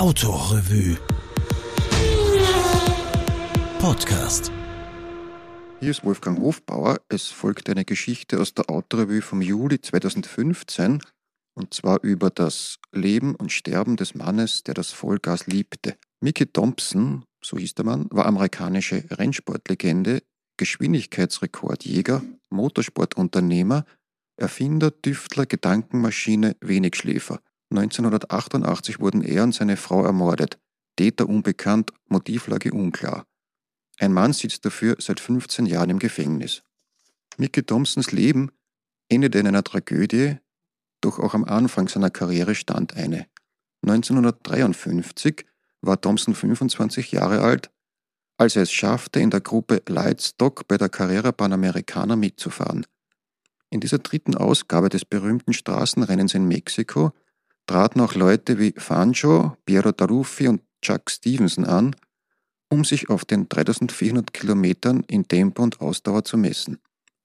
Autorevue Podcast. Hier ist Wolfgang Hofbauer. Es folgt eine Geschichte aus der Autorevue vom Juli 2015, und zwar über das Leben und Sterben des Mannes, der das Vollgas liebte. Mickey Thompson, so hieß der Mann, war amerikanische Rennsportlegende, Geschwindigkeitsrekordjäger, Motorsportunternehmer, Erfinder, Tüftler, Gedankenmaschine, Wenigschläfer. 1988 wurden er und seine Frau ermordet. Täter unbekannt, Motivlage unklar. Ein Mann sitzt dafür seit 15 Jahren im Gefängnis. Mickey Thompsons Leben endete in einer Tragödie, doch auch am Anfang seiner Karriere stand eine. 1953 war Thompson 25 Jahre alt, als er es schaffte, in der Gruppe Lightstock bei der Carrera Panamericana mitzufahren. In dieser dritten Ausgabe des berühmten Straßenrennens in Mexiko traten auch Leute wie Fangio, Piero Taruffi und Chuck Stevenson an, um sich auf den 3400 Kilometern in Tempo und Ausdauer zu messen.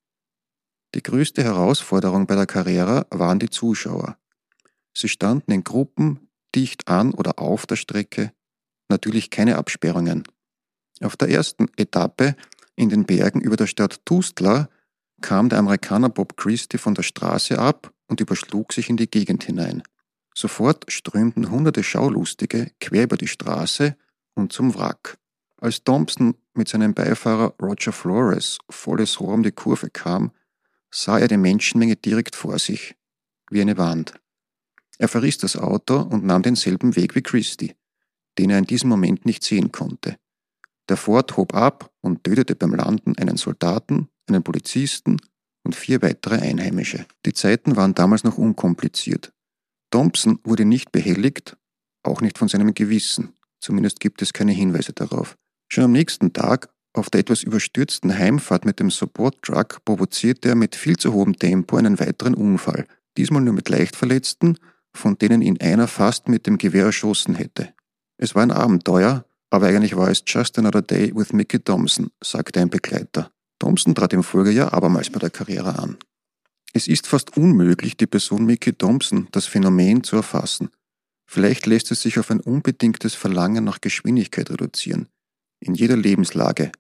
Die größte Herausforderung bei der Carrera waren die Zuschauer. Sie standen in Gruppen dicht an oder auf der Strecke, natürlich keine Absperrungen. Auf der ersten Etappe in den Bergen über der Stadt Tuzla kam der Amerikaner Bob Christie von der Straße ab und überschlug sich in die Gegend hinein. Sofort strömten hunderte Schaulustige quer über die Straße und zum Wrack. Als Thompson mit seinem Beifahrer Roger Flores volles Rohr um die Kurve kam, sah er die Menschenmenge direkt vor sich, wie eine Wand. Er verriss das Auto und nahm denselben Weg wie Christie, den er in diesem Moment nicht sehen konnte. Der Ford hob ab und tötete beim Landen einen Soldaten, einen Polizisten und 4 weitere Einheimische. Die Zeiten waren damals noch unkompliziert. Thompson wurde nicht behelligt, auch nicht von seinem Gewissen. Zumindest gibt es keine Hinweise darauf. Schon am nächsten Tag, auf der etwas überstürzten Heimfahrt mit dem Support-Truck, provozierte er mit viel zu hohem Tempo einen weiteren Unfall. Diesmal nur mit Leichtverletzten, von denen ihn einer fast mit dem Gewehr erschossen hätte. Es war ein Abenteuer, aber eigentlich war es just another day with Mickey Thompson, sagte ein Begleiter. Thompson trat im Folgejahr abermals bei der Carrera an. Es ist fast unmöglich, die Person Mickey Thompson, das Phänomen, zu erfassen. Vielleicht lässt es sich auf ein unbedingtes Verlangen nach Geschwindigkeit reduzieren. In jeder Lebenslage.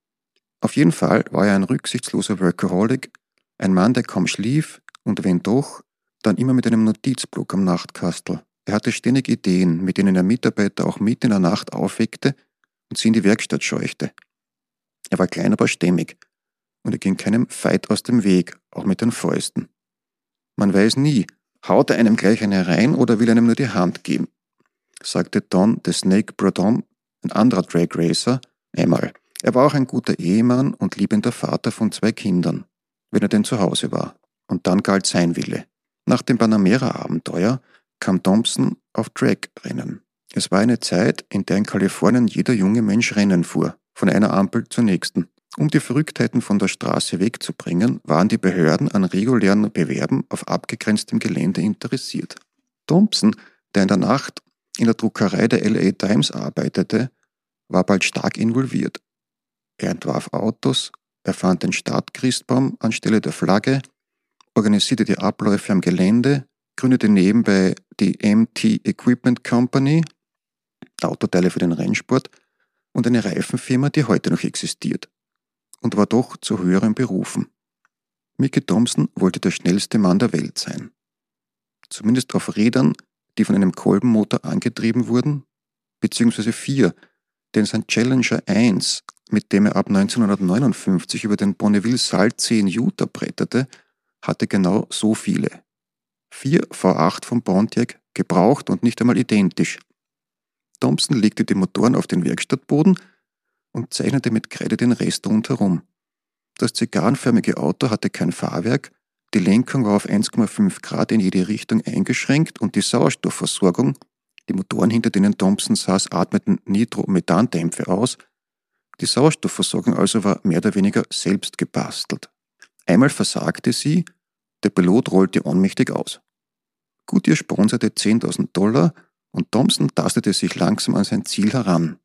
Auf jeden Fall war er ein rücksichtsloser Workaholic, ein Mann, der kaum schlief und wenn doch, dann immer mit einem Notizblock am Nachtkastel. Er hatte ständig Ideen, mit denen er Mitarbeiter auch mitten in der Nacht aufweckte und sie in die Werkstatt scheuchte. Er war klein, aber stämmig. Und er ging keinem Feind aus dem Weg, auch mit den Fäusten. Man weiß nie, haut er einem gleich eine rein oder will einem nur die Hand geben, sagte Don the Snake Prudhomme, ein anderer Drag Racer, einmal. Er war auch ein guter Ehemann und liebender Vater von 2 Kindern, wenn er denn zu Hause war. Und dann galt sein Wille. Nach dem Panamera-Abenteuer kam Thompson auf Drag-Rennen. Es war eine Zeit, in der in Kalifornien jeder junge Mensch Rennen fuhr, von einer Ampel zur nächsten. Um die Verrücktheiten von der Straße wegzubringen, waren die Behörden an regulären Bewerben auf abgegrenztem Gelände interessiert. Thompson, der in der Nacht in der Druckerei der LA Times arbeitete, war bald stark involviert. Er entwarf Autos, erfand den Startchristbaum anstelle der Flagge, organisierte die Abläufe am Gelände, gründete nebenbei die MT Equipment Company, Autoteile für den Rennsport, und eine Reifenfirma, die heute noch existiert, und war doch zu höheren Berufen. Mickey Thompson wollte der schnellste Mann der Welt sein. Zumindest auf Rädern, die von einem Kolbenmotor angetrieben wurden, beziehungsweise 4, denn sein Challenger 1, mit dem er ab 1959 über den Bonneville Saltsee in Utah bretterte, hatte genau so viele. 4 V8 von Pontiac, gebraucht und nicht einmal identisch. Thompson legte die Motoren auf den Werkstattboden und zeichnete mit Kreide den Rest rundherum. Das zigarrenförmige Auto hatte kein Fahrwerk, die Lenkung war auf 1,5 Grad in jede Richtung eingeschränkt und die Sauerstoffversorgung, die Motoren, hinter denen Thompson saß, atmeten Nitromethandämpfe aus. Die Sauerstoffversorgung also war mehr oder weniger selbst gebastelt. Einmal versagte sie, der Pilot rollte ohnmächtig aus. Goodyear sponserte $10.000 und Thompson tastete sich langsam an sein Ziel heran.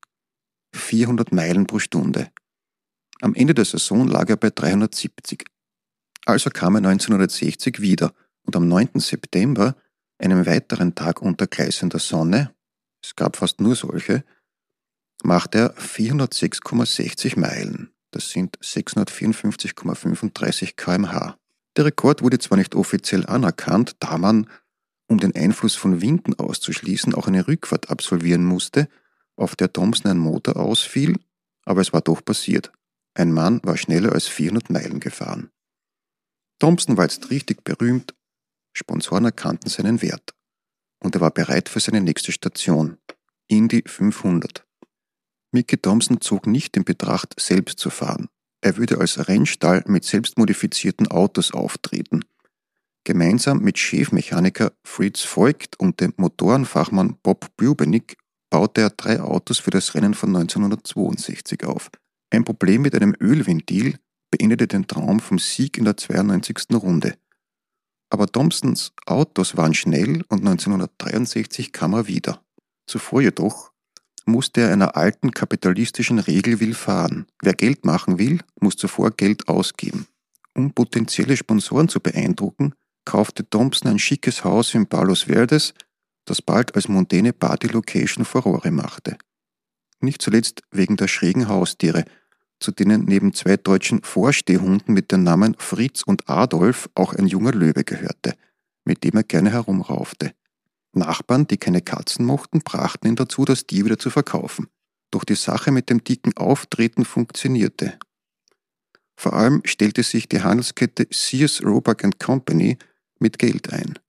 400 Meilen pro Stunde. Am Ende der Saison lag er bei 370. Also kam er 1960 wieder und am 9. September, einem weiteren Tag unter gleißender Sonne, es gab fast nur solche, machte er 406,60 Meilen. Das sind 654,35 km/h. Der Rekord wurde zwar nicht offiziell anerkannt, da man, um den Einfluss von Winden auszuschließen, auch eine Rückfahrt absolvieren musste, auf der Thompson ein Motor ausfiel, aber es war doch passiert. Ein Mann war schneller als 400 Meilen gefahren. Thompson war jetzt richtig berühmt, Sponsoren erkannten seinen Wert. Und er war bereit für seine nächste Station, Indy 500. Mickey Thompson zog nicht in Betracht, selbst zu fahren. Er würde als Rennstall mit selbstmodifizierten Autos auftreten. Gemeinsam mit Chefmechaniker Fritz Voigt und dem Motorenfachmann Bob Bubenik baute er 3 Autos für das Rennen von 1962 auf. Ein Problem mit einem Ölventil beendete den Traum vom Sieg in der 92. Runde. Aber Thompsons Autos waren schnell und 1963 kam er wieder. Zuvor jedoch musste er einer alten kapitalistischen Regel willfahren. Wer Geld machen will, muss zuvor Geld ausgeben. Um potenzielle Sponsoren zu beeindrucken, kaufte Thompson ein schickes Haus in Palos Verdes, das bald als mondäne Party-Location Furore machte. Nicht zuletzt wegen der schrägen Haustiere, zu denen neben 2 deutschen Vorstehhunden mit den Namen Fritz und Adolf auch ein junger Löwe gehörte, mit dem er gerne herumraufte. Nachbarn, die keine Katzen mochten, brachten ihn dazu, das Tier wieder zu verkaufen. Doch die Sache mit dem dicken Auftreten funktionierte. Vor allem stellte sich die Handelskette Sears, Roebuck & Company mit Geld ein.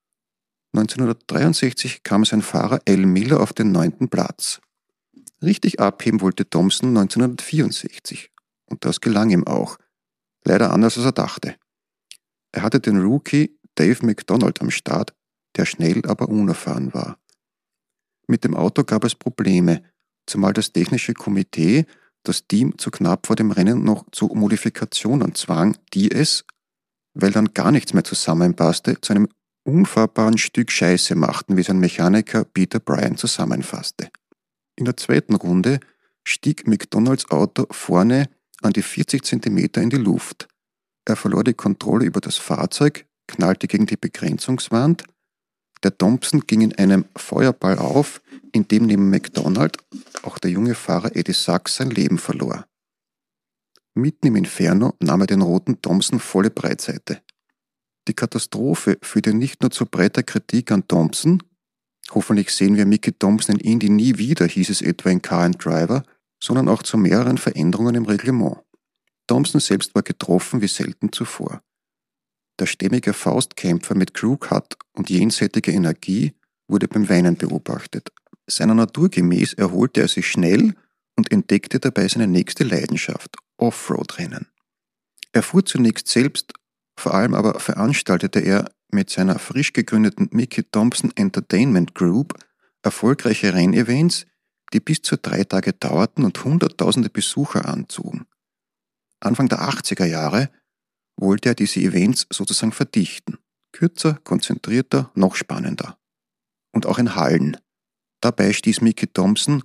1963 kam sein Fahrer Al Miller auf den 9. Platz. Richtig abheben wollte Thompson 1964. Und das gelang ihm auch. Leider anders als er dachte. Er hatte den Rookie Dave McDonald am Start, der schnell, aber unerfahren war. Mit dem Auto gab es Probleme, zumal das technische Komitee das Team zu knapp vor dem Rennen noch zu Modifikationen zwang, die es, weil dann gar nichts mehr zusammenpasste, zu einem unfahrbaren Stück Scheiße machten, wie sein Mechaniker Peter Bryan zusammenfasste. In der 2. Runde stieg McDonalds Auto vorne an die 40 cm in die Luft. Er verlor die Kontrolle über das Fahrzeug, knallte gegen die Begrenzungswand. Der Thompson ging in einem Feuerball auf, in dem neben McDonald auch der junge Fahrer Eddie Sachs sein Leben verlor. Mitten im Inferno nahm er den roten Thompson volle Breitseite. Die Katastrophe führte nicht nur zu breiter Kritik an Thompson, hoffentlich sehen wir Mickey Thompson in Indy nie wieder, hieß es etwa in Car and Driver, sondern auch zu mehreren Veränderungen im Reglement. Thompson selbst war getroffen wie selten zuvor. Der stämmige Faustkämpfer mit Crewcut und jenseitiger Energie wurde beim Weinen beobachtet. Seiner Natur gemäß erholte er sich schnell und entdeckte dabei seine nächste Leidenschaft, Offroad-Rennen. Er fuhr zunächst selbst, vor allem aber veranstaltete er mit seiner frisch gegründeten Mickey Thompson Entertainment Group erfolgreiche Rennevents, die bis zu 3 Tage dauerten und hunderttausende Besucher anzogen. Anfang der 80er Jahre wollte er diese Events sozusagen verdichten. Kürzer, konzentrierter, noch spannender. Und auch in Hallen. Dabei stieß Mickey Thompson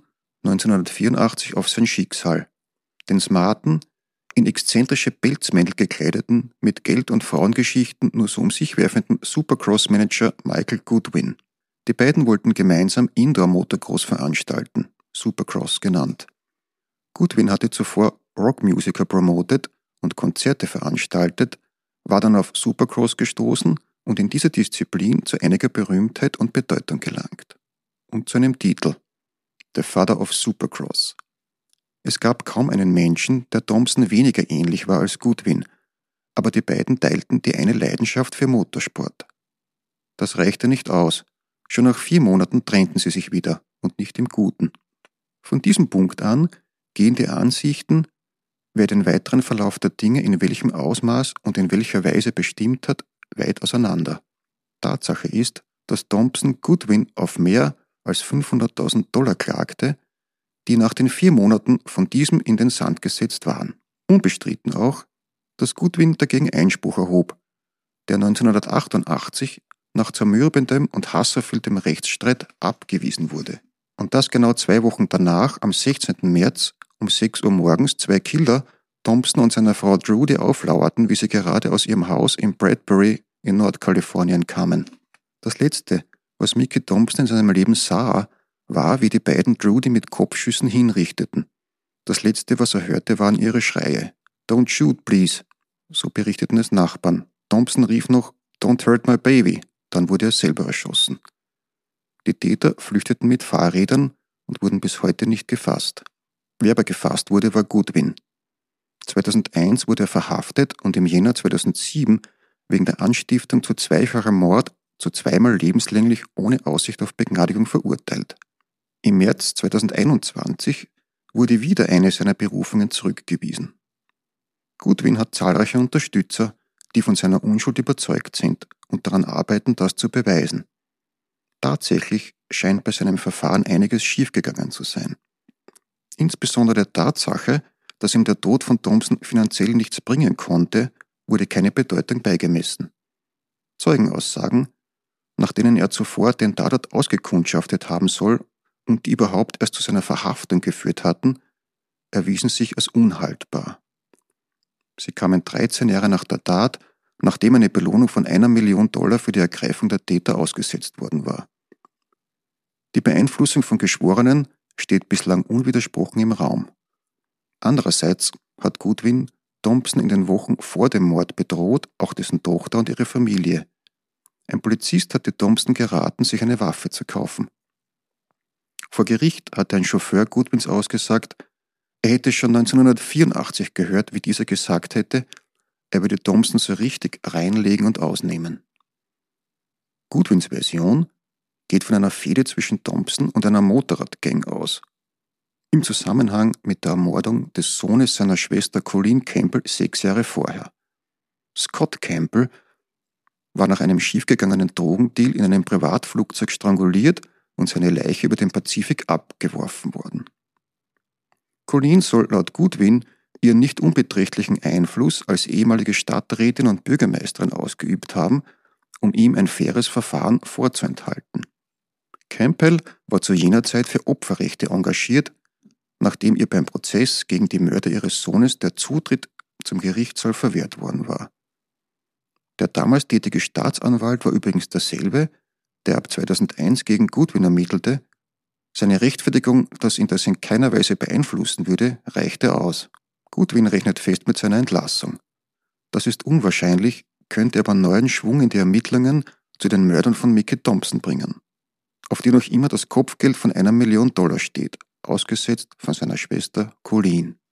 1984 auf sein Schicksal. Den smarten, in exzentrische Pelzmäntel gekleideten, mit Geld- und Frauengeschichten nur so um sich werfenden Supercross-Manager Michael Goodwin. Die beiden wollten gemeinsam Indoor-Motocross veranstalten, Supercross genannt. Goodwin hatte zuvor Rockmusiker promotet und Konzerte veranstaltet, war dann auf Supercross gestoßen und in dieser Disziplin zu einiger Berühmtheit und Bedeutung gelangt. Und zu einem Titel, The Father of Supercross. Es gab kaum einen Menschen, der Thompson weniger ähnlich war als Goodwin, aber die beiden teilten die eine Leidenschaft für Motorsport. Das reichte nicht aus. Schon nach 4 Monaten trennten sie sich wieder, und nicht im Guten. Von diesem Punkt an gehen die Ansichten, wer den weiteren Verlauf der Dinge in welchem Ausmaß und in welcher Weise bestimmt hat, weit auseinander. Tatsache ist, dass Thompson Goodwin auf mehr als $500.000 klagte, die nach den 4 Monaten von diesem in den Sand gesetzt waren. Unbestritten auch, dass Goodwin dagegen Einspruch erhob, der 1988 nach zermürbendem und hasserfülltem Rechtsstreit abgewiesen wurde. Und das genau 2 Wochen danach, am 16. März um 6 Uhr morgens, 2 Killer Thompson und seiner Frau Trudy auflauerten, wie sie gerade aus ihrem Haus in Bradbury in Nordkalifornien kamen. Das Letzte, was Mickey Thompson in seinem Leben sah, war, wie die beiden Trudy mit Kopfschüssen hinrichteten. Das Letzte, was er hörte, waren ihre Schreie. »Don't shoot, please«, so berichteten es Nachbarn. Thompson rief noch »Don't hurt my baby«, dann wurde er selber erschossen. Die Täter flüchteten mit Fahrrädern und wurden bis heute nicht gefasst. Wer aber gefasst wurde, war Goodwin. 2001 wurde er verhaftet und im Jänner 2007 wegen der Anstiftung zu zweifacher Mord zu zweimal lebenslänglich ohne Aussicht auf Begnadigung verurteilt. Im März 2021 wurde wieder eine seiner Berufungen zurückgewiesen. Goodwin hat zahlreiche Unterstützer, die von seiner Unschuld überzeugt sind und daran arbeiten, das zu beweisen. Tatsächlich scheint bei seinem Verfahren einiges schiefgegangen zu sein. Insbesondere der Tatsache, dass ihm der Tod von Thompson finanziell nichts bringen konnte, wurde keine Bedeutung beigemessen. Zeugenaussagen, nach denen er zuvor den Tatort ausgekundschaftet haben soll und die überhaupt erst zu seiner Verhaftung geführt hatten, erwiesen sich als unhaltbar. Sie kamen 13 Jahre nach der Tat, nachdem eine Belohnung von $1 Million für die Ergreifung der Täter ausgesetzt worden war. Die Beeinflussung von Geschworenen steht bislang unwidersprochen im Raum. Andererseits hat Goodwin Thompson in den Wochen vor dem Mord bedroht, auch dessen Tochter und ihre Familie. Ein Polizist hatte Thompson geraten, sich eine Waffe zu kaufen. Vor Gericht hatte ein Chauffeur Goodwins ausgesagt, er hätte schon 1984 gehört, wie dieser gesagt hätte, er würde Thompson so richtig reinlegen und ausnehmen. Goodwins Version geht von einer Fehde zwischen Thompson und einer Motorradgang aus. Im Zusammenhang mit der Ermordung des Sohnes seiner Schwester Colleen Campbell 6 Jahre vorher. Scott Campbell war nach einem schiefgegangenen Drogendeal in einem Privatflugzeug stranguliert und seine Leiche über den Pazifik abgeworfen worden. Colleen soll laut Goodwin ihren nicht unbeträchtlichen Einfluss als ehemalige Stadträtin und Bürgermeisterin ausgeübt haben, um ihm ein faires Verfahren vorzuenthalten. Campbell war zu jener Zeit für Opferrechte engagiert, nachdem ihr beim Prozess gegen die Mörder ihres Sohnes der Zutritt zum Gerichtssaal verwehrt worden war. Der damals tätige Staatsanwalt war übrigens derselbe, der ab 2001 gegen Goodwin ermittelte. Seine Rechtfertigung, dass ihn das in keiner Weise beeinflussen würde, reichte aus. Goodwin rechnet fest mit seiner Entlassung. Das ist unwahrscheinlich, könnte aber neuen Schwung in die Ermittlungen zu den Mördern von Mickey Thompson bringen, auf die noch immer das Kopfgeld von $1 Million steht, ausgesetzt von seiner Schwester Colleen.